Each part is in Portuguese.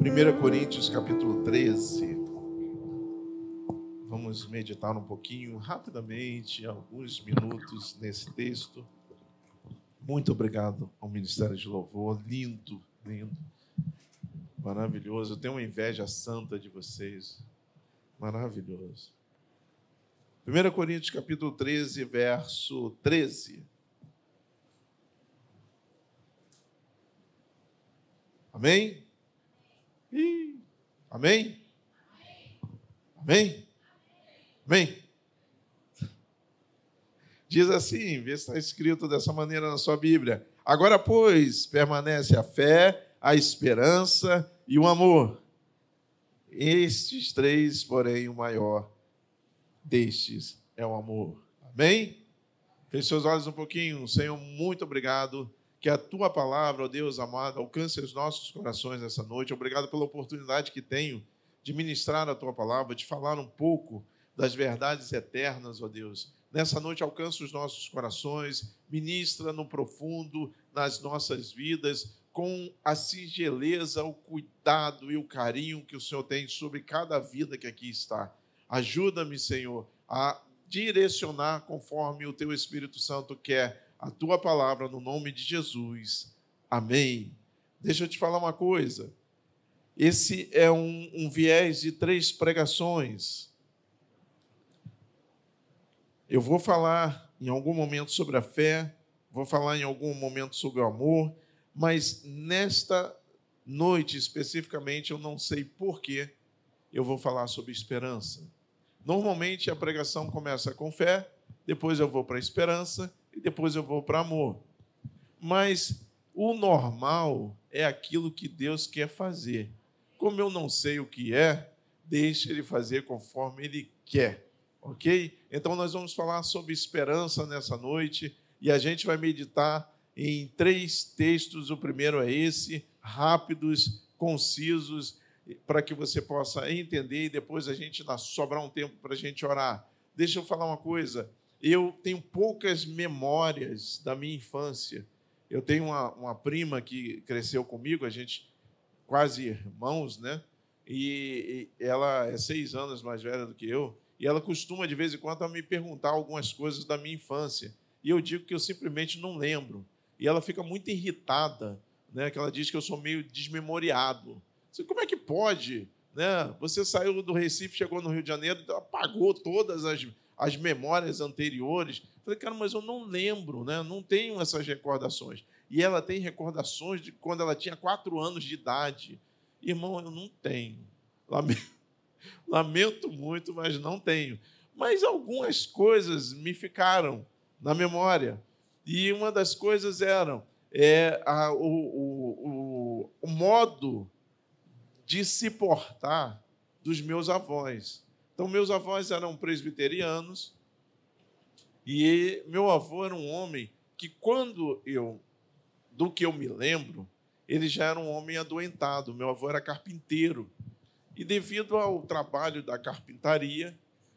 1 Coríntios capítulo 13. Vamos meditar um pouquinho, rapidamente, alguns minutos nesse texto. Muito obrigado ao Ministério de Louvor. Lindo, lindo, maravilhoso. Eu tenho uma inveja santa de vocês. Maravilhoso. 1 Coríntios capítulo 13, verso 13. Amém? Amém? Amém? Amém? Diz assim, vê se está escrito dessa maneira na sua Bíblia. Agora, pois, permanece a fé, a esperança e o amor. Estes três, porém, o maior destes é o amor. Amém? Feche seus olhos um pouquinho. Senhor, muito obrigado. Que a Tua palavra, ó Deus amado, alcance os nossos corações nessa noite. Obrigado pela oportunidade que tenho de ministrar a Tua palavra, de falar um pouco das verdades eternas, ó Deus. Nessa noite, alcança os nossos corações, ministra no profundo, nas nossas vidas, com a singeleza, o cuidado e o carinho que o Senhor tem sobre cada vida que aqui está. Ajuda-me, Senhor, a direcionar conforme o Teu Espírito Santo quer a Tua palavra, no nome de Jesus. Amém. Deixa eu te falar uma coisa. Esse é um viés de 3 pregações. Eu vou falar em algum momento sobre a fé, vou falar em algum momento sobre o amor, mas nesta noite especificamente eu não sei por que eu vou falar sobre esperança. Normalmente a pregação começa com fé, depois eu vou para a esperança e depois eu vou para amor. Mas o normal é aquilo que Deus quer fazer. Como eu não sei o que é, deixe Ele fazer conforme Ele quer. Ok? Então nós vamos falar sobre esperança nessa noite e a gente vai meditar em 3 textos. O primeiro é esse, rápidos, concisos, para que você possa entender e depois a gente sobrar um tempo para a gente orar. Deixa eu falar uma coisa. Eu tenho poucas memórias da minha infância. Eu tenho uma prima que cresceu comigo, a gente quase irmãos, né? E ela é 6 anos mais velha do que eu. E ela costuma, de vez em quando, me perguntar algumas coisas da minha infância. E eu digo que eu simplesmente não lembro. E ela fica muito irritada, né? Que ela diz que eu sou meio desmemoriado. Como é que pode? Né? Você saiu do Recife, chegou no Rio de Janeiro, apagou todas as memórias anteriores. Falei, cara, mas eu não lembro, né? Não tenho essas recordações. E ela tem recordações de quando ela tinha 4 anos de idade. Irmão, eu não tenho. Lamento muito, mas não tenho. Mas algumas coisas me ficaram na memória. E uma das coisas o modo de se portar dos meus avós. Então, meus avós eram presbiterianos e meu avô era um homem que, do que eu me lembro, ele já era um homem adoentado. Meu avô era carpinteiro. E, devido ao trabalho da carpintaria,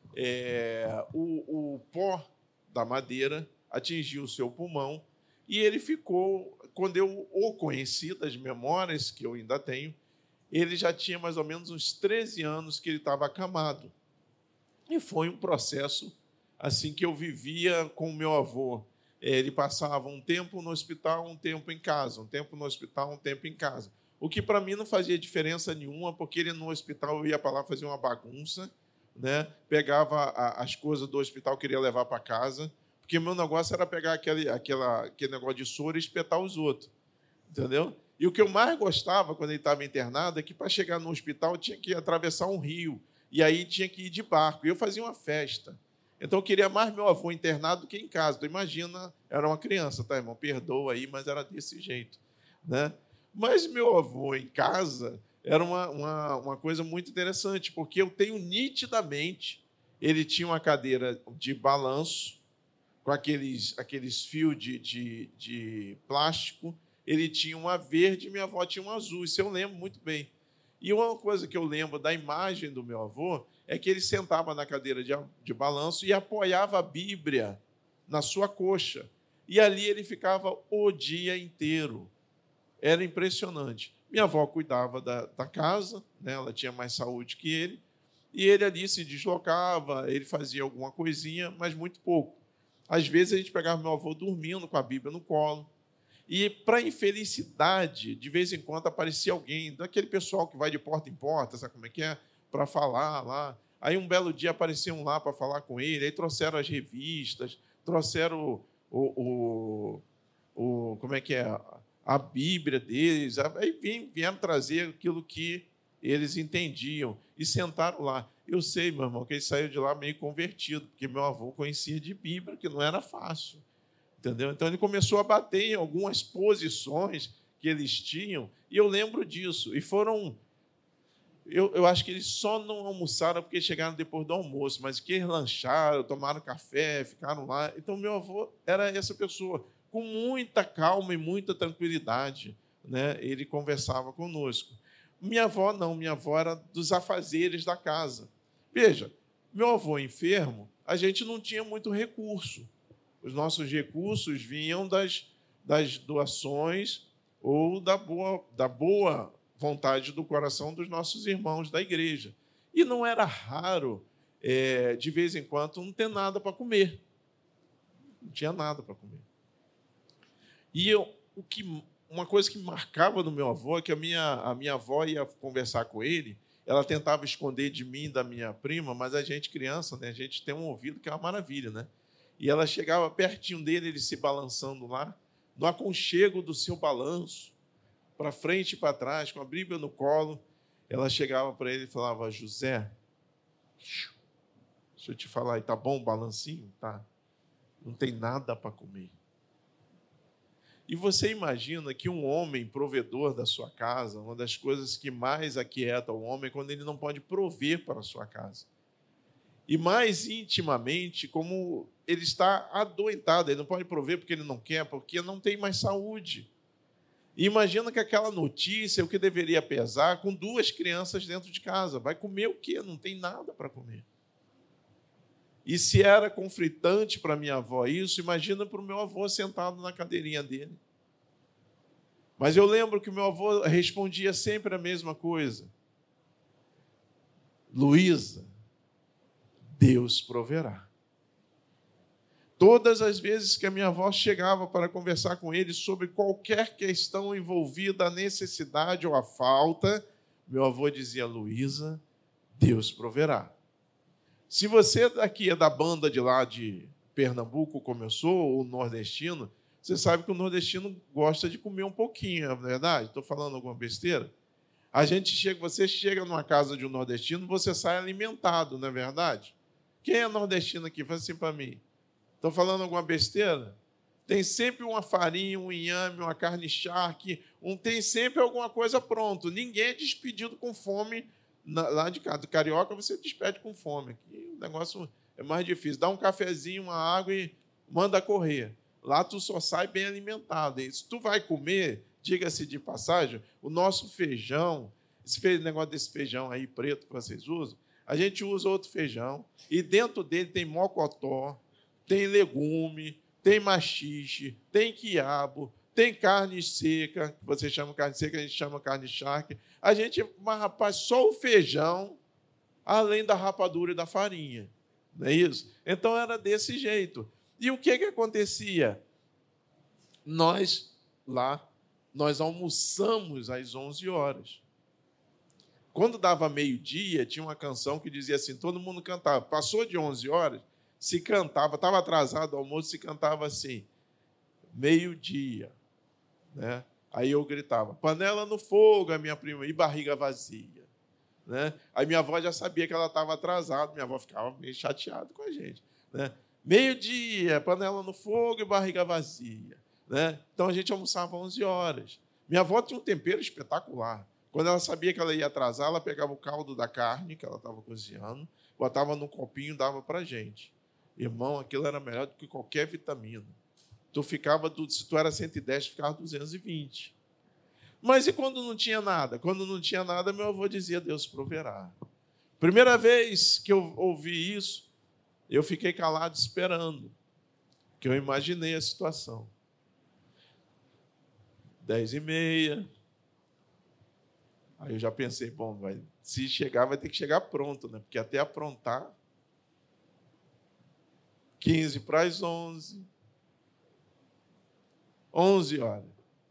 o pó da madeira atingiu o seu pulmão e ele ficou, quando eu o conheci, das memórias que eu ainda tenho, ele já tinha mais ou menos uns 13 anos que ele estava acamado. E foi um processo assim que eu vivia com o meu avô. Ele passava um tempo no hospital, um tempo em casa, um tempo no hospital, um tempo em casa. O que para mim não fazia diferença nenhuma, porque ele no hospital eu ia para lá fazer uma bagunça, né? Pegava as coisas do hospital, queria levar para casa, porque o meu negócio era pegar aquele negócio de soro e espetar os outros, entendeu? E o que eu mais gostava quando ele estava internado é que para chegar no hospital tinha que atravessar um rio, e aí tinha que ir de barco, e eu fazia uma festa. Então eu queria mais meu avô internado do que em casa. Então imagina, era uma criança, tá, irmão? Perdoa aí, mas era desse jeito, né? Mas meu avô em casa era uma coisa muito interessante, porque eu tenho nitidamente, ele tinha uma cadeira de balanço, com aqueles fios de plástico, ele tinha uma verde e minha avó tinha um azul, isso eu lembro muito bem. E uma coisa que eu lembro da imagem do meu avô é que ele sentava na cadeira de balanço e apoiava a Bíblia na sua coxa. E ali ele ficava o dia inteiro. Era impressionante. Minha avó cuidava da casa, né? Ela tinha mais saúde que ele, e ele ali se deslocava, ele fazia alguma coisinha, mas muito pouco. Às vezes a gente pegava meu avô dormindo com a Bíblia no colo, e, para infelicidade, de vez em quando aparecia alguém, daquele pessoal que vai de porta em porta, sabe como é que é? Para falar lá. Aí um belo dia apareciam lá para falar com ele, aí trouxeram as revistas, trouxeram como é que é? A Bíblia deles, aí vieram trazer aquilo que eles entendiam e sentaram lá. Eu sei, meu irmão, que ele saiu de lá meio convertido, porque meu avô conhecia de Bíblia, que não era fácil. Entendeu? Então ele começou a bater em algumas posições que eles tinham, e eu lembro disso. E foram. Eu acho que eles só não almoçaram porque chegaram depois do almoço, mas que eles lancharam, tomaram café, ficaram lá. Então, meu avô era essa pessoa, com muita calma e muita tranquilidade, né? Ele conversava conosco. Minha avó não, minha avó era dos afazeres da casa. Veja, meu avô enfermo, a gente não tinha muito recurso. Os nossos recursos vinham das doações ou da boa vontade do coração dos nossos irmãos da igreja. E não era raro, de vez em quando, não ter nada para comer. Não tinha nada para comer. E uma coisa que marcava no meu avô é que a minha avó ia conversar com ele, ela tentava esconder de mim e da minha prima, mas a gente, criança, né, a gente tem um ouvido que é uma maravilha, né? E ela chegava pertinho dele, ele se balançando lá, no aconchego do seu balanço, para frente e para trás, com a Bíblia no colo. Ela chegava para ele e falava: José, deixa eu te falar, tá bom o balancinho? Tá. Não tem nada para comer. E você imagina que um homem provedor da sua casa, uma das coisas que mais aquieta o homem é quando ele não pode prover para a sua casa. E mais intimamente, como ele está adoentado, ele não pode prover porque ele não quer, porque não tem mais saúde. E imagina que aquela notícia, o que deveria pesar, com 2 crianças dentro de casa. Vai comer o quê? Não tem nada para comer. E se era conflitante para minha avó isso, imagina para o meu avô sentado na cadeirinha dele. Mas eu lembro que o meu avô respondia sempre a mesma coisa: Luísa, Deus proverá. Todas as vezes que a minha avó chegava para conversar com ele sobre qualquer questão envolvida a necessidade ou a falta, meu avô dizia: Luísa, Deus proverá. Se você daqui é da banda de lá de Pernambuco, como eu sou, ou nordestino, você sabe que o nordestino gosta de comer um pouquinho, não é verdade? Estou falando alguma besteira? Você chega numa casa de um nordestino, você sai alimentado, não é verdade? Quem é nordestino aqui? Faz assim para mim. Estou falando alguma besteira? Tem sempre uma farinha, um inhame, uma carne charque, tem sempre alguma coisa pronto. Ninguém é despedido com fome lá de casa. Do carioca você despede com fome. Aqui o negócio é mais difícil. Dá um cafezinho, uma água e manda correr. Lá tu só sai bem alimentado. E se tu vai comer, diga-se de passagem, o nosso feijão, esse negócio desse feijão aí preto que vocês usam, a gente usa outro feijão e dentro dele tem mocotó, tem legume, tem maxixe, tem quiabo, tem carne seca, que você chama carne seca, a gente chama carne charque. Mas, rapaz, só o feijão, além da rapadura e da farinha. Não é isso? Então, era desse jeito. E o que acontecia? Nós almoçamos às 11 horas. Quando dava meio-dia, tinha uma canção que dizia assim, todo mundo cantava. Passou de 11 horas, se cantava, estava atrasado o almoço, se cantava assim, meio-dia. Né? Aí eu gritava, panela no fogo, a minha prima, e barriga vazia. Né? Aí minha avó já sabia que ela estava atrasada, minha avó ficava meio chateada com a gente. Né? Meio-dia, panela no fogo e barriga vazia. Né? Então a gente almoçava 11 horas. Minha avó tinha um tempero espetacular. Quando ela sabia que ela ia atrasar, ela pegava o caldo da carne que ela estava cozinhando, botava num copinho e dava para a gente. Irmão, aquilo era melhor do que qualquer vitamina. Se tu era 110, ficava 220. Mas e quando não tinha nada? Quando não tinha nada, meu avô dizia, Deus proverá. Primeira vez que eu ouvi isso, eu fiquei calado esperando, porque eu imaginei a situação. 10h30, Aí eu já pensei, bom, se chegar, vai ter que chegar pronto, né? Porque até aprontar, 15 para as 11, 11 horas.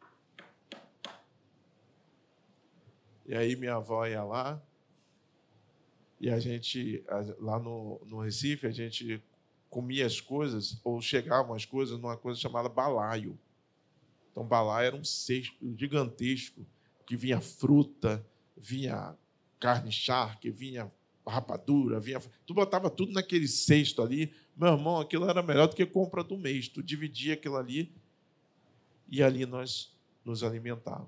E aí minha avó ia lá, e a gente, lá no Recife, a gente comia as coisas, ou chegavam as coisas numa coisa chamada balaio. Então, balaio era um cesto gigantesco, que vinha fruta, vinha carne charque, vinha rapadura, tu botava tudo naquele cesto ali. Meu irmão, aquilo era melhor do que compra do mês. Tu dividia aquilo ali e ali nós nos alimentávamos.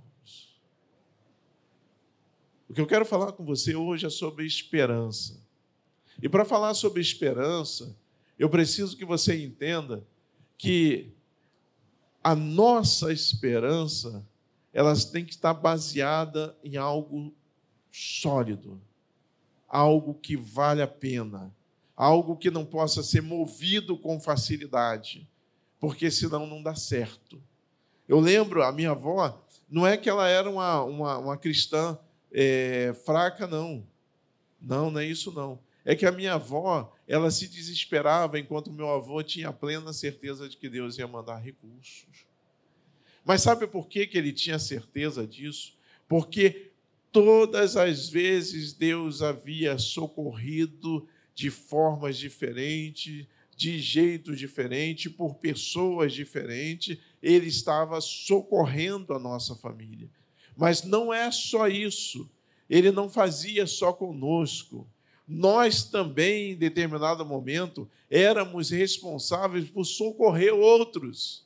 O que eu quero falar com você hoje é sobre esperança. E para falar sobre esperança, eu preciso que você entenda que a nossa esperança, elas tem que estar baseada em algo sólido, algo que vale a pena, algo que não possa ser movido com facilidade, porque senão não dá certo. Eu lembro, a minha avó, não é que ela era uma cristã fraca, não. Não é isso, não. É que a minha avó, ela se desesperava enquanto o meu avô tinha plena certeza de que Deus ia mandar recursos. Mas sabe por que ele tinha certeza disso? Porque todas as vezes Deus havia socorrido de formas diferentes, de jeito diferente, por pessoas diferentes, Ele estava socorrendo a nossa família. Mas não é só isso, Ele não fazia só conosco. Nós também, em determinado momento, éramos responsáveis por socorrer outros.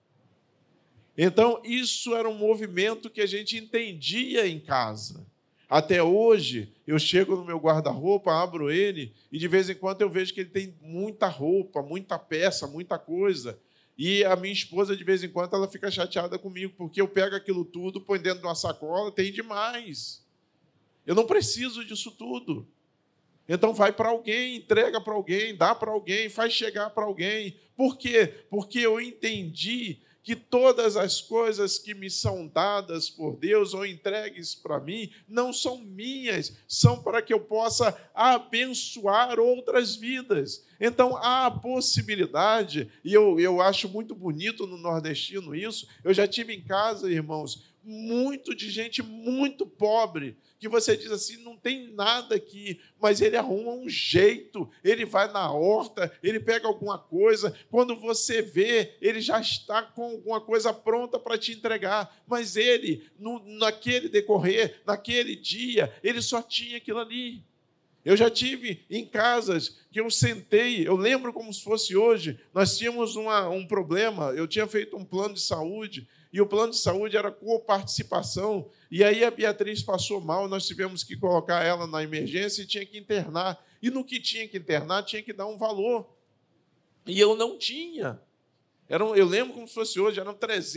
Então, isso era um movimento que a gente entendia em casa. Até hoje, eu chego no meu guarda-roupa, abro ele, e de vez em quando eu vejo que ele tem muita roupa, muita peça, muita coisa. E a minha esposa, de vez em quando, ela fica chateada comigo, porque eu pego aquilo tudo, põe dentro de uma sacola, tem demais. Eu não preciso disso tudo. Então vai para alguém, entrega para alguém, dá para alguém, faz chegar para alguém. Por quê? Porque eu entendi que todas as coisas que me são dadas por Deus ou entregues para mim não são minhas, são para que eu possa abençoar outras vidas. Então há a possibilidade, e eu acho muito bonito no nordestino isso. Eu já tive em casa, irmãos, muito de gente muito pobre, que você diz assim, não tem nada aqui, mas ele arruma um jeito, ele vai na horta, ele pega alguma coisa, quando você vê, ele já está com alguma coisa pronta para te entregar, mas ele, naquele decorrer, naquele dia, ele só tinha aquilo ali. Eu já tive em casas que eu sentei, eu lembro como se fosse hoje, nós tínhamos um problema, eu tinha feito um plano de saúde, e o plano de saúde era coparticipação, e aí a Beatriz passou mal, nós tivemos que colocar ela na emergência e tinha que internar. E no que tinha que internar, tinha que dar um valor. E eu não tinha. Eu lembro como se fosse hoje, eram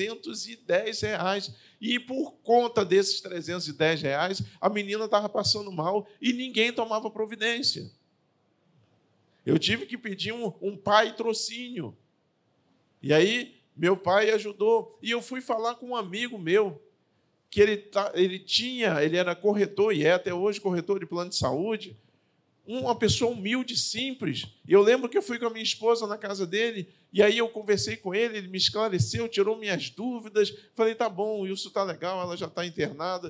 R$310. E por conta desses R$310, a menina estava passando mal e ninguém tomava providência. Eu tive que pedir um patrocínio. E aí, meu pai ajudou. E eu fui falar com um amigo meu, que ele era corretor, e é até hoje corretor de plano de saúde, uma pessoa humilde, simples. E eu lembro que eu fui com a minha esposa na casa dele, e aí eu conversei com ele, ele me esclareceu, tirou minhas dúvidas. Falei, tá bom, isso está legal, ela já está internada,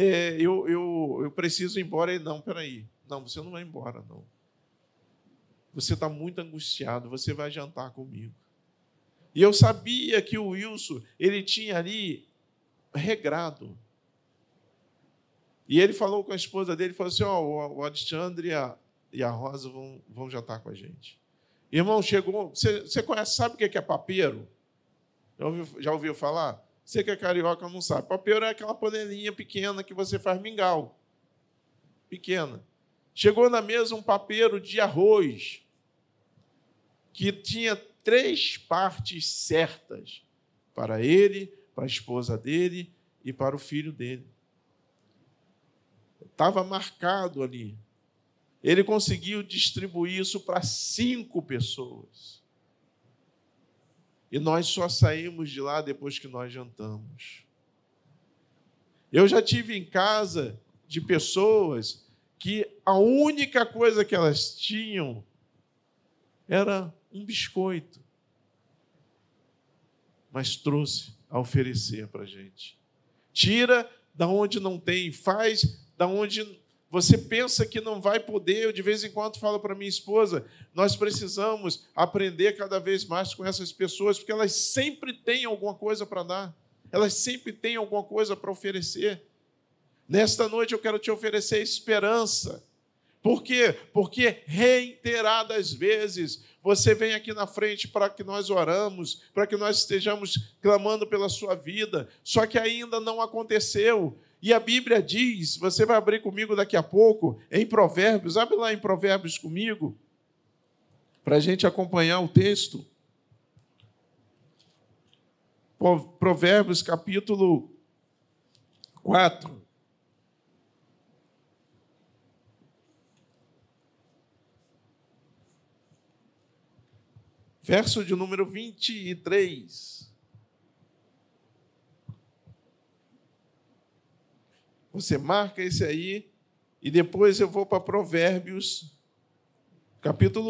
eu preciso ir embora. Ele, não, peraí, não, você não vai embora, não. Você está muito angustiado, você vai jantar comigo. E eu sabia que o Wilson, ele tinha ali regrado. E ele falou com a esposa dele, falou assim, o Alexandre e a Rosa vão jantar com a gente. Irmão, chegou, você conhece, sabe o que é papeiro? Já ouviu falar? Você que é carioca não sabe. Papeiro é aquela panelinha pequena que você faz mingau. Pequena. Chegou na mesa um papeiro de arroz, que tinha 3 partes certas para ele, para a esposa dele e para o filho dele. Estava marcado ali. Ele conseguiu distribuir isso para 5 pessoas. E nós só saímos de lá depois que nós jantamos. Eu já tive em casa de pessoas que a única coisa que elas tinham era um biscoito, mas trouxe a oferecer para a gente. Tira da onde não tem, faz da onde você pensa que não vai poder. Eu, de vez em quando, falo para minha esposa, nós precisamos aprender cada vez mais com essas pessoas, porque elas sempre têm alguma coisa para dar, elas sempre têm alguma coisa para oferecer. Nesta noite eu quero te oferecer esperança. Por quê? Porque reiteradas vezes você vem aqui na frente para que nós oramos, para que nós estejamos clamando pela sua vida, só que ainda não aconteceu. E a Bíblia diz, você vai abrir comigo daqui a pouco, em Provérbios, abre lá em Provérbios comigo, para a gente acompanhar o texto. Provérbios, capítulo 4. Verso de número 23. Você marca esse aí, e depois eu vou para Provérbios, capítulo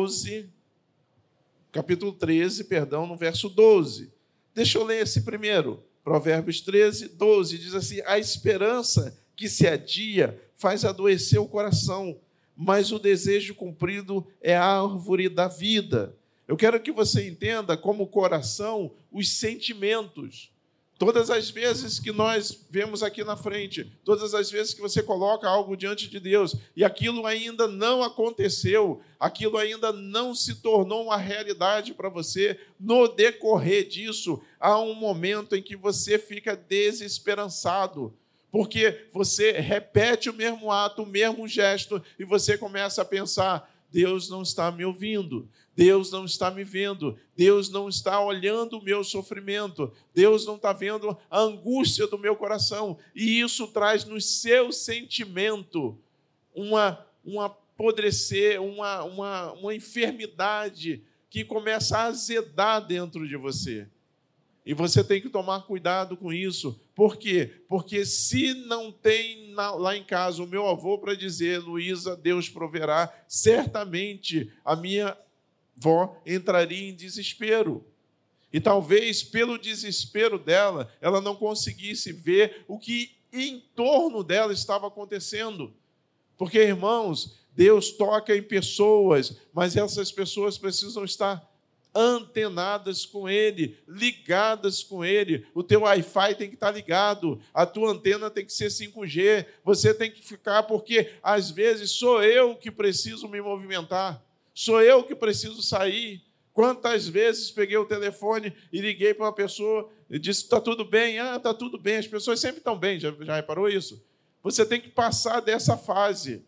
13, no verso 12. Deixa eu ler esse primeiro. Provérbios 13, 12, diz assim: a esperança que se adia faz adoecer o coração, mas o desejo cumprido é a árvore da vida. Eu quero que você entenda como coração os sentimentos. Todas as vezes que nós vemos aqui na frente, todas as vezes que você coloca algo diante de Deus e aquilo ainda não aconteceu, aquilo ainda não se tornou uma realidade para você, no decorrer disso, há um momento em que você fica desesperançado, porque você repete o mesmo ato, o mesmo gesto, e você começa a pensar: Deus não está me ouvindo, Deus não está me vendo, Deus não está olhando o meu sofrimento, Deus não está vendo a angústia do meu coração. E isso traz no seu sentimento um apodrecer, uma enfermidade que começa a azedar dentro de você. E você tem que tomar cuidado com isso. Por quê? Porque se não tem lá em casa o meu avô para dizer: Luísa, Deus proverá, certamente a minha avó entraria em desespero. E talvez pelo desespero dela, ela não conseguisse ver o que em torno dela estava acontecendo. Porque, irmãos, Deus toca em pessoas, mas essas pessoas precisam estar antenadas com Ele, ligadas com Ele. O teu Wi-Fi tem que estar ligado, a tua antena tem que ser 5G, você tem que ficar, porque às vezes sou eu que preciso me movimentar, sou eu que preciso sair. Quantas vezes peguei o telefone e liguei para uma pessoa e disse: está tudo bem? Ah, está tudo bem. As pessoas sempre estão bem, já reparou isso? Você tem que passar dessa fase.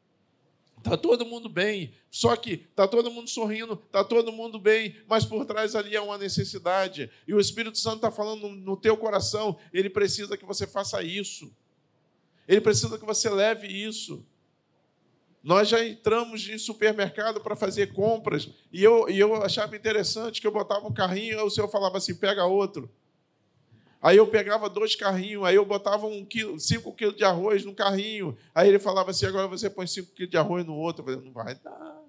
Está todo mundo bem, só que está todo mundo sorrindo, está todo mundo bem, mas por trás ali há uma necessidade. E o Espírito Santo está falando no teu coração, ele precisa que você faça isso. Ele precisa que você leve isso. Nós já entramos em supermercado para fazer compras, e eu achava interessante que eu botava um carrinho, aí o senhor falava assim: pega outro. Aí eu pegava 2 carrinhos, aí eu botava 5 quilos de arroz num carrinho. Aí ele falava assim: agora você põe 5 quilos de arroz no outro. Eu falei: não vai dar.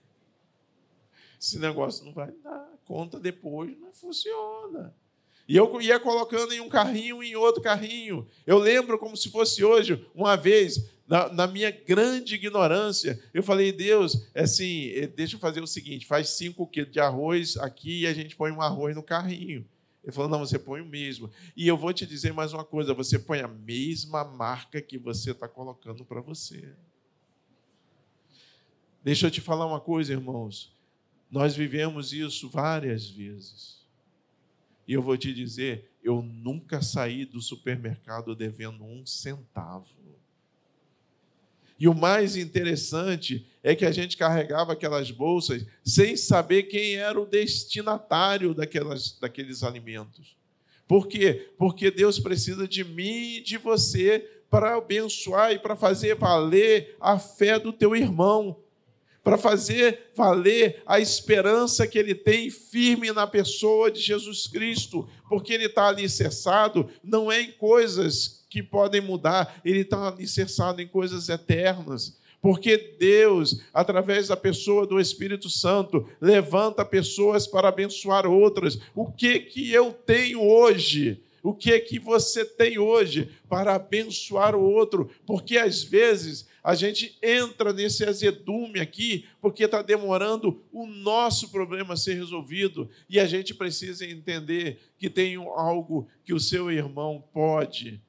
Esse negócio não vai dar. Conta depois, não funciona. E eu ia colocando em um carrinho e em outro carrinho. Eu lembro como se fosse hoje, uma vez, na minha grande ignorância, eu falei: Deus, assim, deixa eu fazer o seguinte, faz 5 quilos de arroz aqui e a gente põe um arroz no carrinho. Ele falou: não, você põe o mesmo. E eu vou te dizer mais uma coisa: você põe a mesma marca que você está colocando para você. Deixa eu te falar uma coisa, irmãos. Nós vivemos isso várias vezes. E eu vou te dizer, eu nunca saí do supermercado devendo 1 centavo. E o mais interessante é que a gente carregava aquelas bolsas sem saber quem era o destinatário daqueles alimentos. Por quê? Porque Deus precisa de mim e de você para abençoar e para fazer valer a fé do teu irmão, para fazer valer a esperança que ele tem firme na pessoa de Jesus Cristo, porque ele está alicerçado não é em coisas que podem mudar, ele está alicerçado em coisas eternas. Porque Deus, através da pessoa do Espírito Santo, levanta pessoas para abençoar outras. O que eu tenho hoje? O que você tem hoje para abençoar o outro? Porque, às vezes, a gente entra nesse azedume aqui porque está demorando o nosso problema a ser resolvido. E a gente precisa entender que tem algo que o seu irmão pode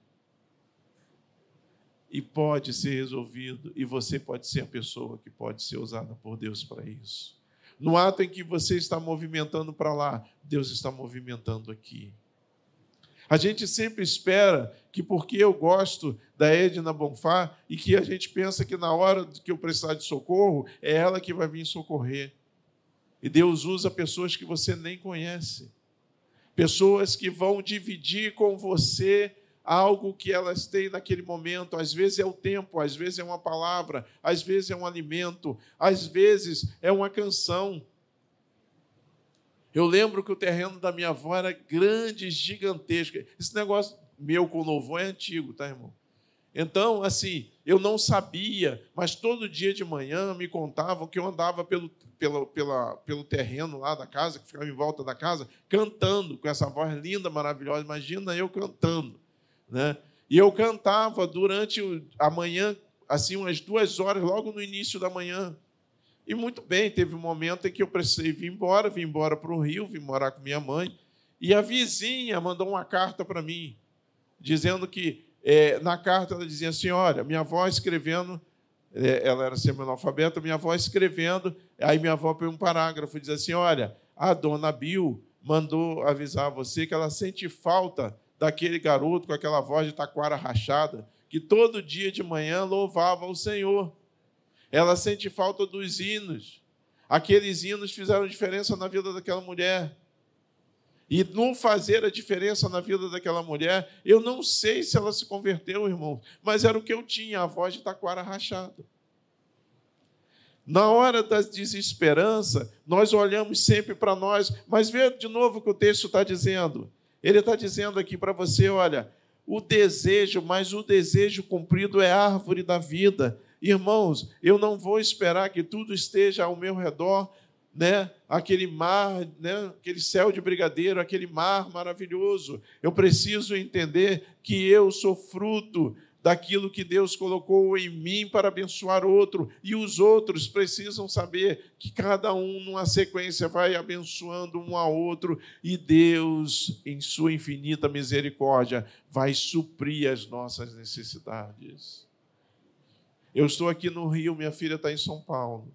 ser resolvido, e você pode ser a pessoa que pode ser usada por Deus para isso. No ato em que você está movimentando para lá, Deus está movimentando aqui. A gente sempre espera que, porque eu gosto da Edna Bonfá, e que a gente pensa que na hora que eu precisar de socorro, é ela que vai vir socorrer. E Deus usa pessoas que você nem conhece. Pessoas que vão dividir com você algo que elas têm naquele momento. Às vezes é o tempo, às vezes é uma palavra, às vezes é um alimento, às vezes é uma canção. Eu lembro que o terreno da minha avó era grande, gigantesco. Esse negócio meu com louvor é antigo, tá, irmão? Então, assim, eu não sabia, mas todo dia de manhã me contavam que eu andava pelo terreno lá da casa, que ficava em volta da casa, cantando, com essa voz linda, maravilhosa. Imagina eu cantando, né? E eu cantava durante a manhã, assim, umas 2 horas, logo no início da manhã. E muito bem, teve um momento em que eu precisei vim embora para o Rio, vim morar com minha mãe, e a vizinha mandou uma carta para mim, dizendo que, na carta ela dizia assim, olha, minha avó escrevendo, ela era semi-analfabeta, minha avó escrevendo, aí minha avó põe um parágrafo, diz assim, olha, a dona Bill mandou avisar você que ela sente falta daquele garoto com aquela voz de taquara rachada, que todo dia de manhã louvava o Senhor. Ela sente falta dos hinos. Aqueles hinos fizeram diferença na vida daquela mulher. E não fazer a diferença na vida daquela mulher, eu não sei se ela se converteu, irmão, mas era o que eu tinha, a voz de taquara rachada. Na hora da desesperança, nós olhamos sempre para nós, mas vê de novo o que o texto está dizendo. Ele está dizendo aqui para você, olha, o desejo cumprido é árvore da vida. Irmãos, eu não vou esperar que tudo esteja ao meu redor, né? Aquele mar, né? Aquele céu de brigadeiro, aquele mar maravilhoso. Eu preciso entender que eu sou fruto daquilo que Deus colocou em mim para abençoar outro, e os outros precisam saber que cada um, numa sequência, vai abençoando um ao outro, e Deus, em sua infinita misericórdia, vai suprir as nossas necessidades. Eu estou aqui no Rio, minha filha está em São Paulo.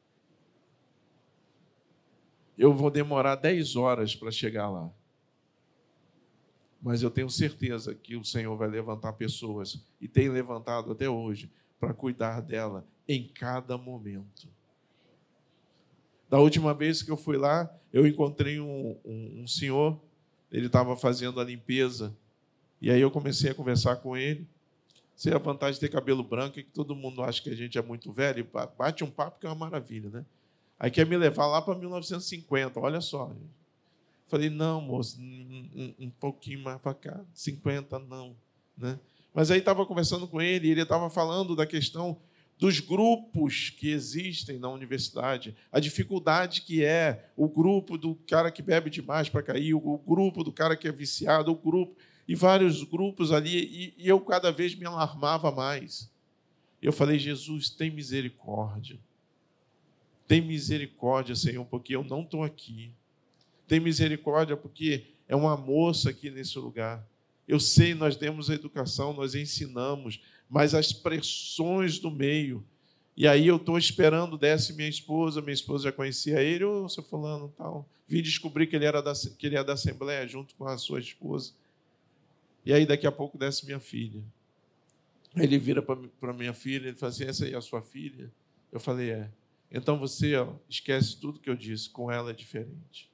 Eu vou demorar 10 horas para chegar lá. Mas eu tenho certeza que o Senhor vai levantar pessoas, e tem levantado até hoje, para cuidar dela em cada momento. Da última vez que eu fui lá, eu encontrei um senhor, ele estava fazendo a limpeza, e aí eu comecei a conversar com ele. Sei a vantagem de ter cabelo branco, é que todo mundo acha que a gente é muito velho, e bate um papo que é uma maravilha, né? Aí quer me levar lá para 1950, olha só. Falei, não, moço, um pouquinho mais para cá, 50 não, né? Mas aí estava conversando com ele, e ele estava falando da questão dos grupos que existem na universidade, a dificuldade que é o grupo do cara que bebe demais para cair, o grupo do cara que é viciado, o grupo, e vários grupos ali, e eu cada vez me alarmava mais. Eu falei, Jesus, tem misericórdia. Tem misericórdia, Senhor, porque eu não estou aqui. Tem misericórdia, porque é uma moça aqui nesse lugar. Eu sei, nós demos a educação, nós ensinamos, mas as pressões do meio. E aí eu estou esperando, desce minha esposa já conhecia ele, ô, seu fulano, tal. Vim descobrir que ele é da Assembleia, junto com a sua esposa. E aí daqui a pouco desce minha filha. Ele vira para minha filha, ele fala assim, essa aí é a sua filha? Eu falei, é. Então você esquece tudo que eu disse, com ela é diferente.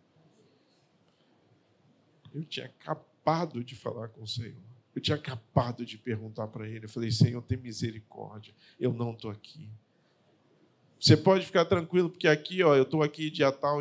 Eu tinha acabado de falar com o Senhor. Eu tinha acabado de perguntar para ele. Eu falei, Senhor, tem misericórdia. Eu não estou aqui. Você pode ficar tranquilo, porque aqui, eu estou aqui dia tal.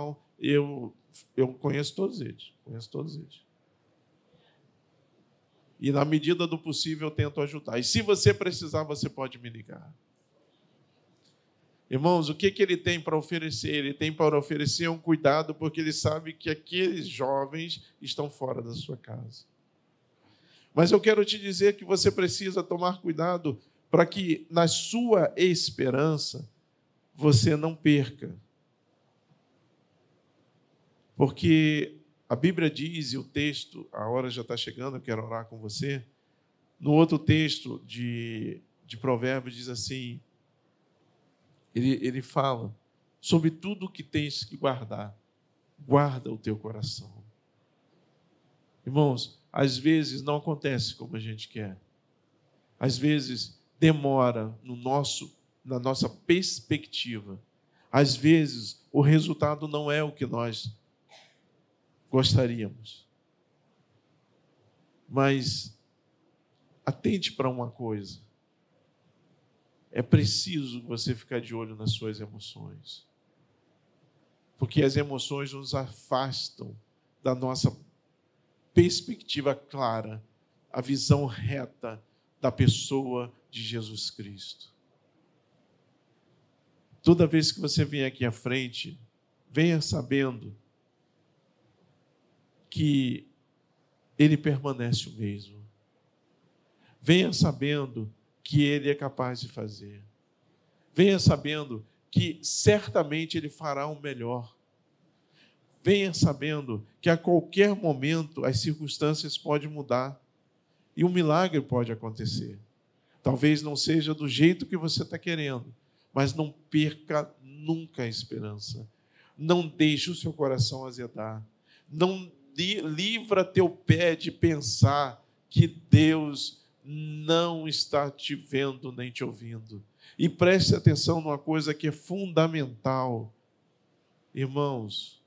Eu conheço todos eles. E, na medida do possível, eu tento ajudar. E, se você precisar, você pode me ligar. Irmãos, o que ele tem para oferecer? Ele tem para oferecer um cuidado, porque ele sabe que aqueles jovens estão fora da sua casa. Mas eu quero te dizer que você precisa tomar cuidado para que, na sua esperança, você não perca. Porque a Bíblia diz, e o texto, a hora já está chegando, eu quero orar com você. No outro texto de Provérbios diz assim, ele fala sobre tudo o que tens que guardar. Guarda o teu coração. Irmãos, às vezes não acontece como a gente quer. Às vezes demora na nossa perspectiva. Às vezes o resultado não é o que nós gostaríamos. Mas atente para uma coisa. É preciso você ficar de olho nas suas emoções. Porque as emoções nos afastam da nossa perspectiva clara, a visão reta da pessoa de Jesus Cristo. Toda vez que você vem aqui à frente, venha sabendo que Ele permanece o mesmo. Venha sabendo que Ele é capaz de fazer. Venha sabendo que certamente Ele fará o melhor. Venha sabendo que a qualquer momento as circunstâncias podem mudar e um milagre pode acontecer. Talvez não seja do jeito que você está querendo, mas não perca nunca a esperança. Não deixe o seu coração azedar. Não livra teu pé de pensar que Deus não está te vendo nem te ouvindo. E preste atenção numa coisa que é fundamental. Irmãos,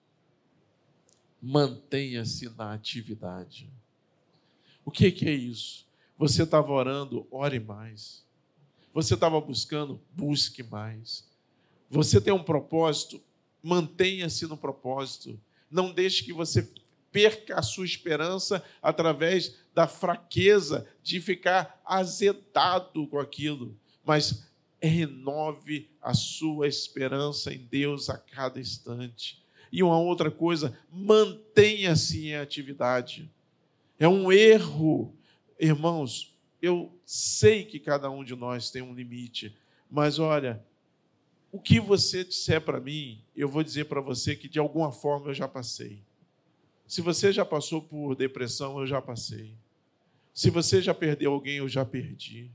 mantenha-se na atividade. O que é isso? Você estava orando, ore mais. Você estava buscando, busque mais. Você tem um propósito, mantenha-se no propósito. Não deixe que você perca a sua esperança através da fraqueza de ficar azedado com aquilo, mas renove a sua esperança em Deus a cada instante. E uma outra coisa, mantenha-se em atividade. É um erro, irmãos, eu sei que cada um de nós tem um limite, mas olha, o que você disser para mim, eu vou dizer para você que de alguma forma eu já passei. Se você já passou por depressão, eu já passei. Se você já perdeu alguém, eu já perdi.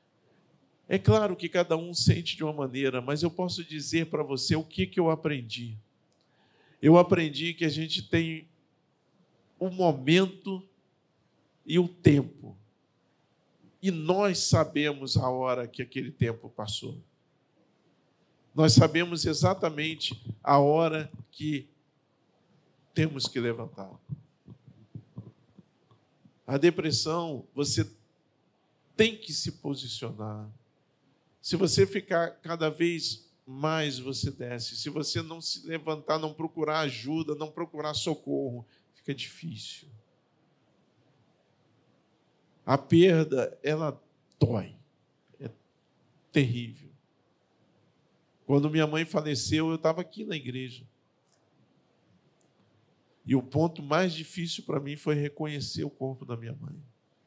É claro que cada um sente de uma maneira, mas eu posso dizer para você o que eu aprendi. Eu aprendi que a gente tem o momento e o tempo. E nós sabemos a hora que aquele tempo passou. Nós sabemos exatamente a hora que temos que levantar. A depressão, você tem que se posicionar. Se você ficar cada vez mais, você desce. Se você não se levantar, não procurar ajuda, não procurar socorro, fica difícil. A perda, ela dói. É terrível. Quando minha mãe faleceu, eu estava aqui na igreja. E o ponto mais difícil para mim foi reconhecer o corpo da minha mãe.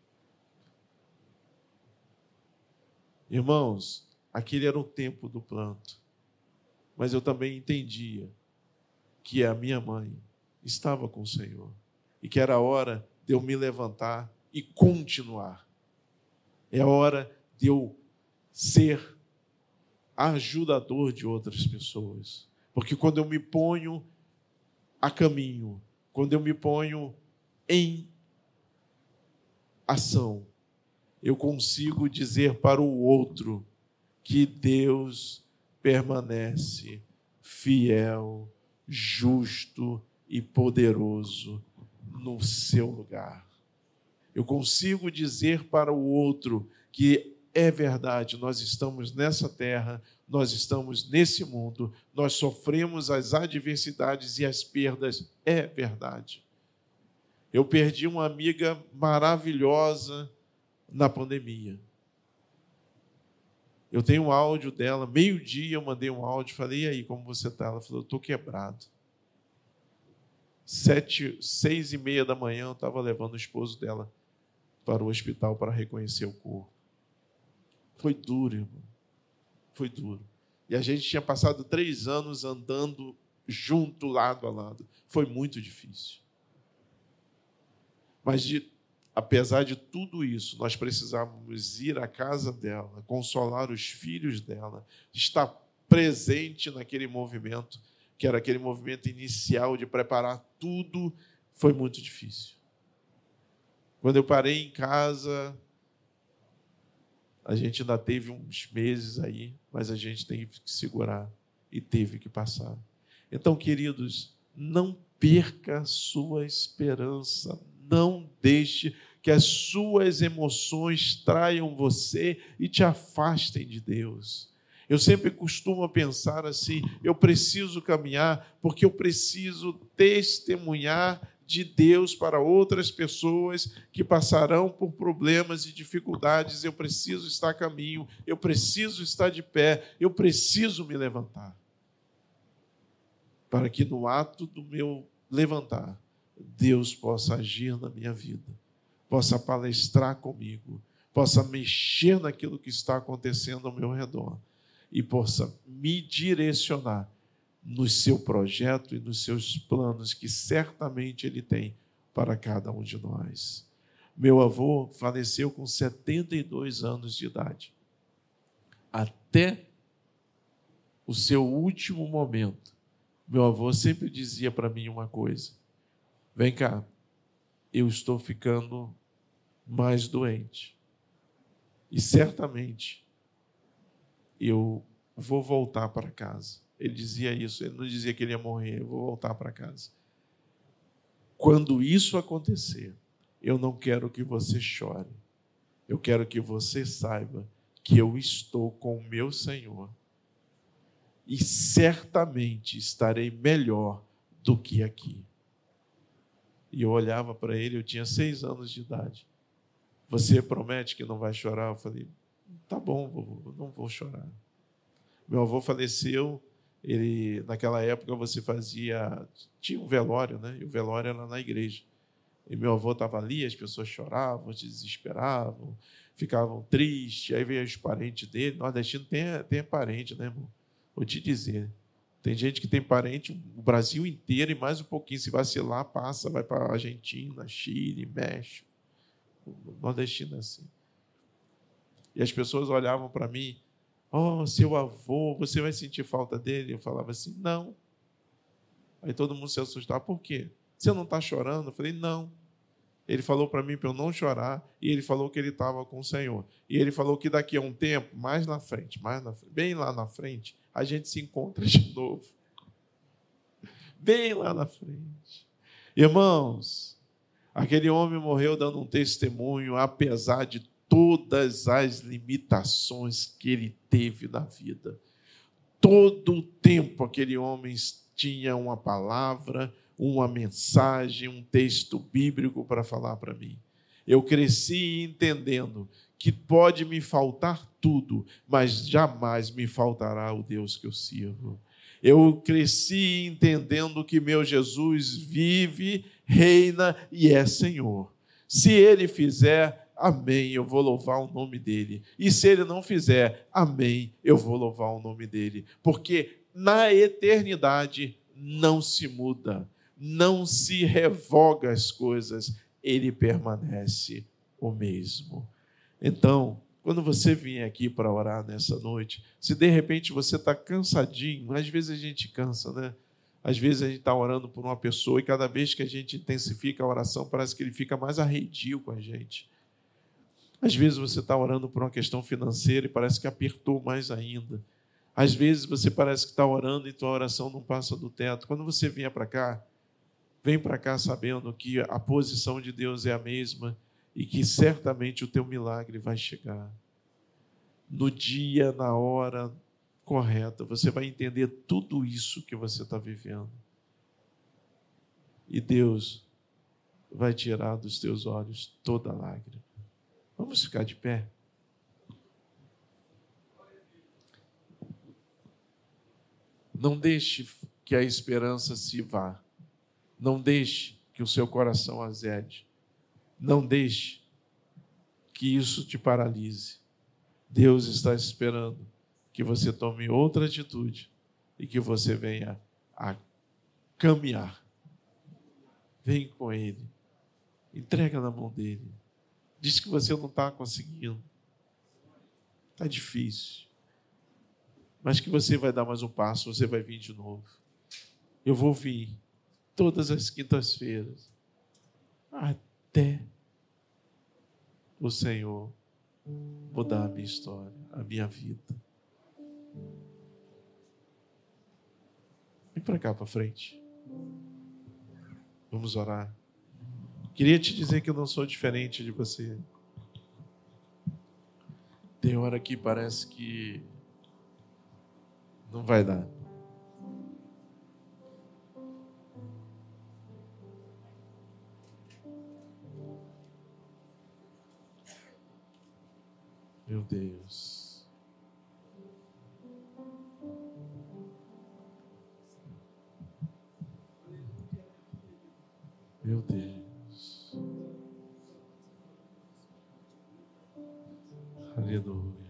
Irmãos, aquele era o tempo do planto. Mas eu também entendia que a minha mãe estava com o Senhor. E que era a hora de eu me levantar e continuar. É a hora de eu ser ajudador de outras pessoas. Porque quando eu me ponho a caminho, quando eu me ponho em ação, eu consigo dizer para o outro que Deus permanece fiel, justo e poderoso no seu lugar. Eu consigo dizer para o outro que é verdade, nós estamos nessa terra, nós estamos nesse mundo, nós sofremos as adversidades e as perdas, é verdade. Eu perdi uma amiga maravilhosa na pandemia. Eu tenho um áudio dela, meio-dia eu mandei um áudio, falei, e aí, como você está? Ela falou, eu estou quebrado. 6:30 da manhã, eu estava levando o esposo dela para o hospital para reconhecer o corpo. Foi duro, irmão. Foi duro. E a gente tinha passado 3 anos andando junto, lado a lado. Foi muito difícil. Mas, apesar de tudo isso, nós precisávamos ir à casa dela, consolar os filhos dela, estar presente naquele movimento, que era aquele movimento inicial de preparar tudo, foi muito difícil. Quando eu parei em casa, a gente ainda teve uns meses aí, mas a gente teve que segurar e teve que passar. Então, queridos, não perca a sua esperança, não deixe que as suas emoções traiam você e te afastem de Deus. Eu sempre costumo pensar assim, eu preciso caminhar porque eu preciso testemunhar de Deus para outras pessoas que passarão por problemas e dificuldades. Eu preciso estar a caminho, eu preciso estar de pé, eu preciso me levantar. Para que no ato do meu levantar, Deus possa agir na minha vida, possa palestrar comigo, possa mexer naquilo que está acontecendo ao meu redor e possa me direcionar no seu projeto e nos seus planos que certamente Ele tem para cada um de nós. Meu avô faleceu com 72 anos de idade. Até o seu último momento, meu avô sempre dizia para mim uma coisa: vem cá, eu estou ficando mais doente e certamente eu vou voltar para casa. Ele dizia isso, ele não dizia que ele ia morrer, eu vou voltar para casa. Quando isso acontecer, eu não quero que você chore, eu quero que você saiba que eu estou com o meu Senhor e certamente estarei melhor do que aqui. E eu olhava para ele, eu tinha 6 anos de idade. Você promete que não vai chorar? Eu falei, tá bom, vovô, não vou chorar. Meu avô faleceu, naquela época tinha um velório, né? E o velório era na igreja. E meu avô estava ali, as pessoas choravam, se desesperavam, ficavam tristes, aí veio os parentes dele. Nordestino tem parente, né, irmão? Vou te dizer, tem gente que tem parente o Brasil inteiro e mais um pouquinho, se vacilar, passa, vai para a Argentina, Chile, México. O nordestino é assim. E as pessoas olhavam para mim, seu avô, você vai sentir falta dele? Eu falava assim, não. Aí todo mundo se assustava, por quê? Você não está chorando? Eu falei, não. Ele falou para mim para eu não chorar, e ele falou que ele estava com o Senhor. E ele falou que daqui a um tempo, mais na frente, bem lá na frente, a gente se encontra de novo. Bem lá na frente. Irmãos, aquele homem morreu dando um testemunho, apesar de todas as limitações que ele teve na vida. Todo o tempo aquele homem tinha uma palavra, uma mensagem, um texto bíblico para falar para mim. Eu cresci entendendo que pode me faltar tudo, mas jamais me faltará o Deus que eu sirvo. Eu cresci entendendo que meu Jesus vive, reina e é Senhor. Se Ele fizer, amém, eu vou louvar o nome dEle. E se Ele não fizer, amém, eu vou louvar o nome dEle. Porque na eternidade não se muda, não se revoga as coisas, Ele permanece o mesmo. Então, quando você vier aqui para orar nessa noite, se de repente você está cansadinho, às vezes a gente cansa, né? Às vezes a gente está orando por uma pessoa e cada vez que a gente intensifica a oração, parece que ele fica mais arredio com a gente. Às vezes você está orando por uma questão financeira e parece que apertou mais ainda. Às vezes você parece que está orando e tua oração não passa do teto. Quando você vier para cá, vem para cá sabendo que a posição de Deus é a mesma e que certamente o teu milagre vai chegar. No dia, na hora correta, você vai entender tudo isso que você está vivendo. E Deus vai tirar dos teus olhos toda lágrima. Vamos ficar de pé? Não deixe que a esperança se vá. Não deixe que o seu coração azede. Não deixe que isso te paralise. Deus está esperando que você tome outra atitude e que você venha a caminhar. Vem com Ele. Entrega na mão dele. Diz que você não está conseguindo. Está difícil. Mas que você vai dar mais um passo, você vai vir de novo. Eu vou vir todas as quintas-feiras até o Senhor mudar a minha história, a minha vida. Vem para cá, para frente. Vamos orar. Queria te dizer que eu não sou diferente de você. Tem hora que parece que não vai dar. Meu Deus. Meu Deus. Aleluia.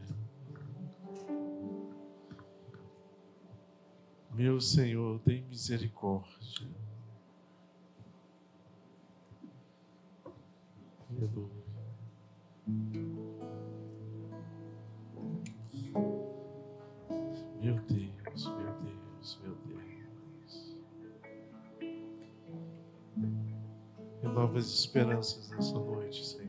Meu Senhor, tem misericórdia. Aleluia. Meu Deus, meu Deus, meu Deus. Novas esperanças nessa noite, Senhor.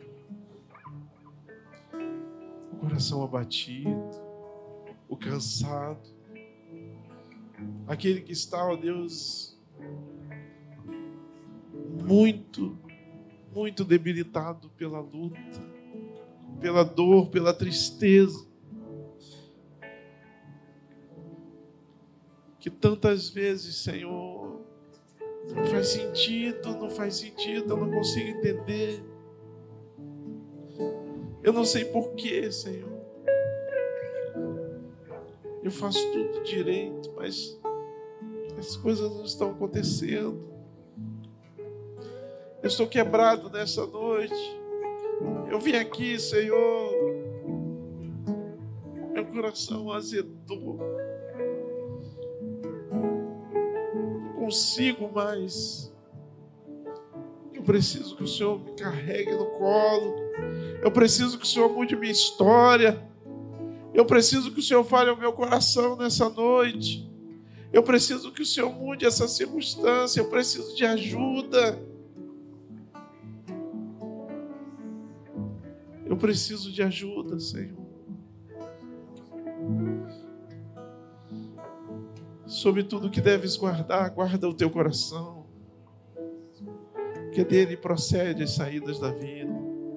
O coração abatido, o cansado, aquele que está, ó Deus, muito, muito debilitado pela luta, pela dor, pela tristeza, que tantas vezes, Senhor, não faz sentido, eu não consigo entender. Eu não sei porquê, Senhor. Eu faço tudo direito, mas as coisas não estão acontecendo. Eu estou quebrado nessa noite. Eu vim aqui, Senhor, meu coração azedou. Não consigo mais. Eu preciso que o Senhor me carregue no colo. Eu preciso que o Senhor mude minha história. Eu preciso que o Senhor fale ao meu coração nessa noite. Eu preciso que o Senhor mude essa circunstância. Eu preciso de ajuda. Eu preciso de ajuda, Senhor. Sobre tudo que deves guardar, guarda o teu coração. Que dele procede as saídas da vida.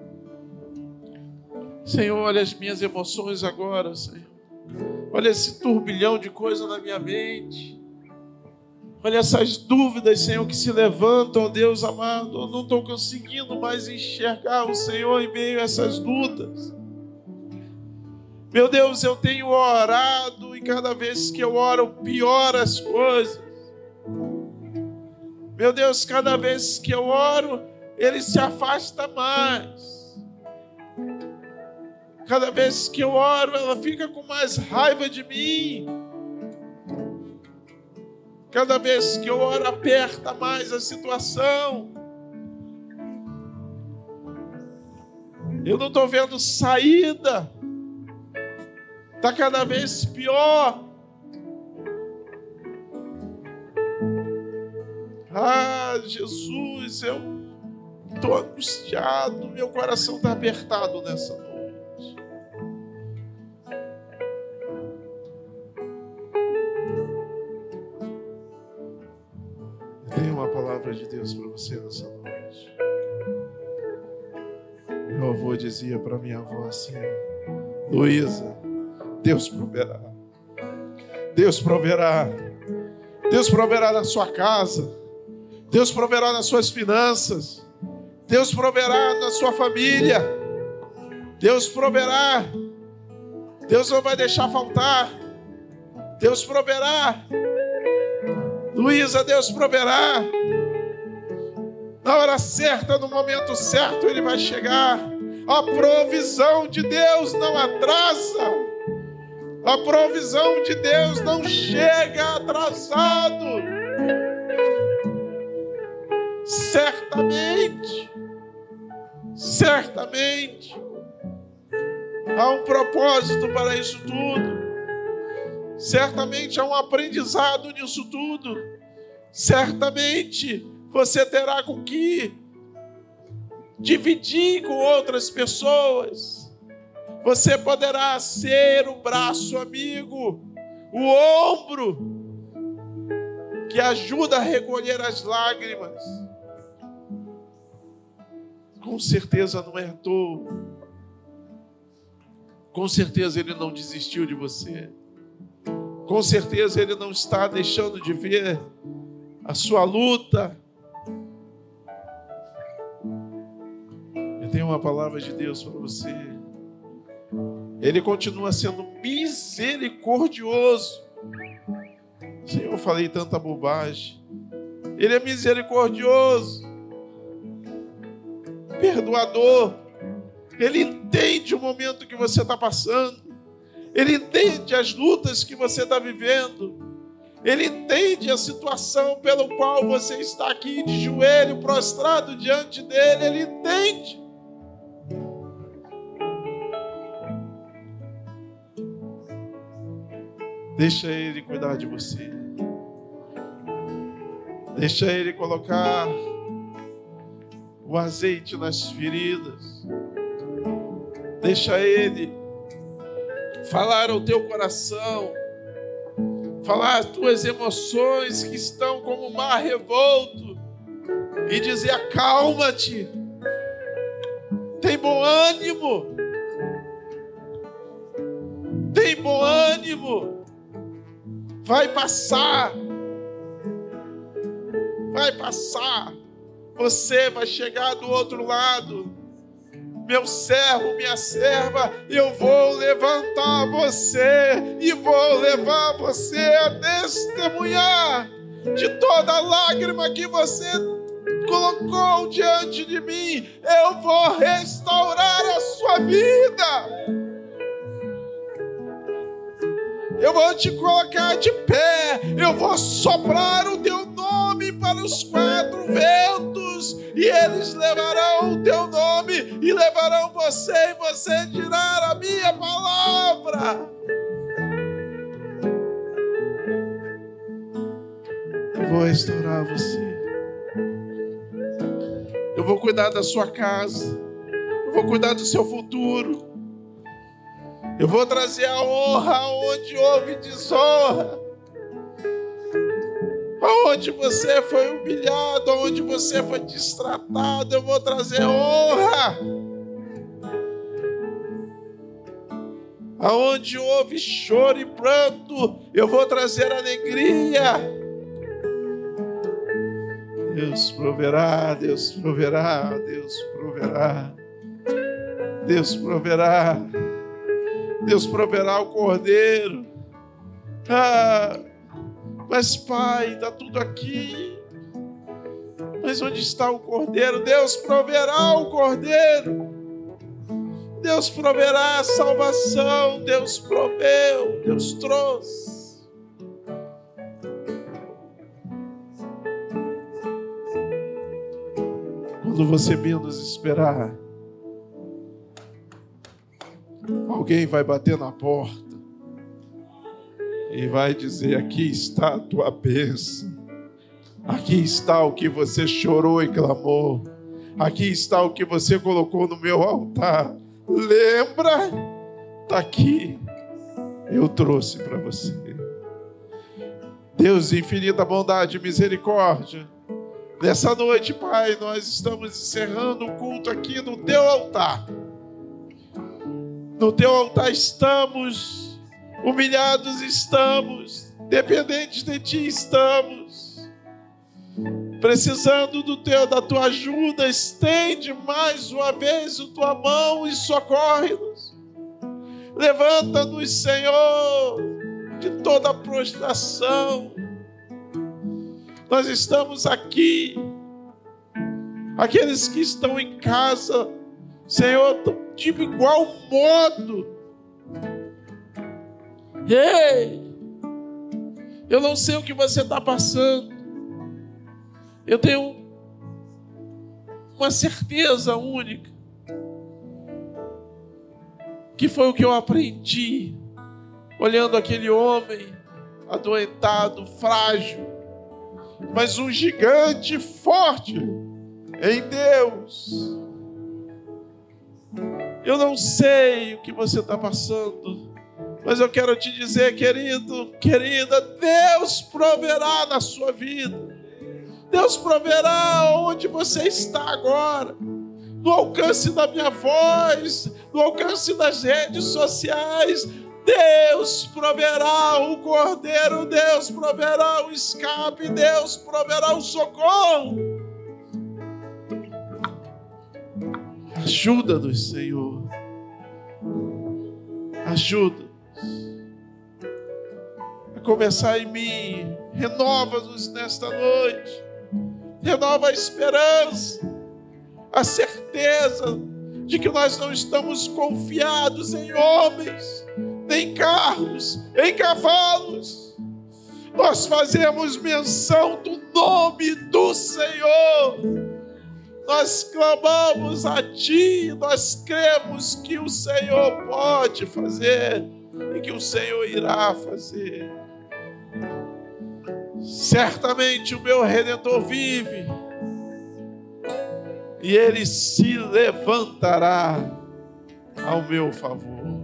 Senhor, olha as minhas emoções agora, Senhor. Olha esse turbilhão de coisas na minha mente. Olha essas dúvidas, Senhor, que se levantam, ó Deus amado. Eu não estou conseguindo mais enxergar o Senhor em meio a essas lutas. Meu Deus, eu tenho orado e cada vez que eu oro, piora as coisas. Meu Deus, cada vez que eu oro, Ele se afasta mais. Cada vez que eu oro, ela fica com mais raiva de mim. Cada vez que eu oro, aperta mais a situação. Eu não estou vendo saída. Está cada vez pior. Ah, Jesus, eu estou angustiado. Meu coração está apertado nessa noite. Tenho uma palavra de Deus para você nessa noite. Meu avô dizia para minha avó assim: Luísa, Deus proverá. Deus proverá. Deus proverá na sua casa. Deus proverá nas suas finanças. Deus proverá na sua família. Deus proverá. Deus não vai deixar faltar. Deus proverá. Luísa, Deus proverá. Na hora certa, no momento certo, Ele vai chegar. A provisão de Deus não atrasa. A provisão de Deus não chega atrasado. Certamente, há um propósito para isso tudo. Certamente há um aprendizado nisso tudo. Certamente você terá com que dividir com outras pessoas. Você poderá ser o braço amigo, o ombro que ajuda a recolher as lágrimas. Com certeza não é à toa. Com certeza Ele não desistiu de você. Com certeza Ele não está deixando de ver a sua luta. Eu tenho uma palavra de Deus para você. Ele continua sendo misericordioso. Senhor, eu falei tanta bobagem. Ele é misericordioso, perdoador. Ele entende o momento que você está passando. Ele entende as lutas que você está vivendo. Ele entende a situação pelo qual você está aqui de joelho, prostrado diante dele. Ele entende. Deixa Ele cuidar de você. Deixa Ele colocar o azeite nas feridas. Deixa Ele falar ao teu coração. Falar as tuas emoções que estão como o mar revolto. E dizer: acalma-te. Tem bom ânimo. Tem bom ânimo. Vai passar. Vai passar. Você vai chegar do outro lado. Meu servo, minha serva, eu vou levantar você e vou levar você a testemunhar de toda lágrima que você colocou diante de mim. Eu vou restaurar a sua vida. Eu vou te colocar de pé. Eu vou soprar o teu nome para os quatro ventos. E eles levarão o teu nome e levarão você. E você dirá a minha palavra. Eu vou restaurar você. Eu vou cuidar da sua casa. Eu vou cuidar do seu futuro. Eu vou trazer a honra onde houve desonra. Aonde você foi humilhado, aonde você foi destratado, eu vou trazer honra. Aonde houve choro e pranto, eu vou trazer alegria. Deus proverá, Deus proverá, Deus proverá. Deus proverá. Deus proverá o cordeiro. Mas Pai, está tudo aqui. Mas onde está o cordeiro? Deus proverá o cordeiro. Deus proverá a salvação. Deus proveu, Deus trouxe. Quando você menos esperar, alguém vai bater na porta e vai dizer: aqui está a tua bênção, aqui está o que você chorou e clamou, aqui está o que você colocou no meu altar. Lembra? Está aqui, eu trouxe para você. Deus de infinita bondade e misericórdia, nessa noite, Pai, nós estamos encerrando o culto aqui no teu altar. No teu altar estamos, humilhados estamos, dependentes de ti estamos. precisando da tua ajuda, estende mais uma vez a tua mão e socorre-nos. Levanta-nos, Senhor, de toda a prostração. Nós estamos aqui, aqueles que estão em casa, Senhor, de igual modo. Ei, eu não sei o que você está passando. Eu tenho uma certeza única, que foi o que eu aprendi, olhando aquele homem adoentado, frágil, mas um gigante forte em Deus. Eu não sei o que você está passando, mas eu quero te dizer, querido, querida, Deus proverá na sua vida. Deus proverá onde você está agora, no alcance da minha voz, no alcance das redes sociais. Deus proverá o cordeiro, Deus proverá o escape, Deus proverá o socorro. Ajuda-nos, Senhor. Ajuda-nos a começar em mim. Renova-nos nesta noite. Renova a esperança, a certeza de que nós não estamos confiados em homens, nem em carros, em cavalos. Nós fazemos menção do nome do Senhor. Nós clamamos a Ti, nós cremos que o Senhor pode fazer e que o Senhor irá fazer. Certamente o meu Redentor vive e Ele se levantará ao meu favor.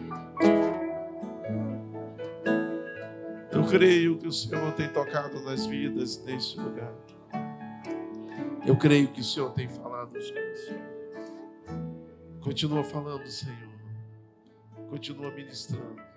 Eu creio que o Senhor tem tocado nas vidas neste lugar. Eu creio que o Senhor tem falado nos corações. Continua falando, Senhor. Continua ministrando.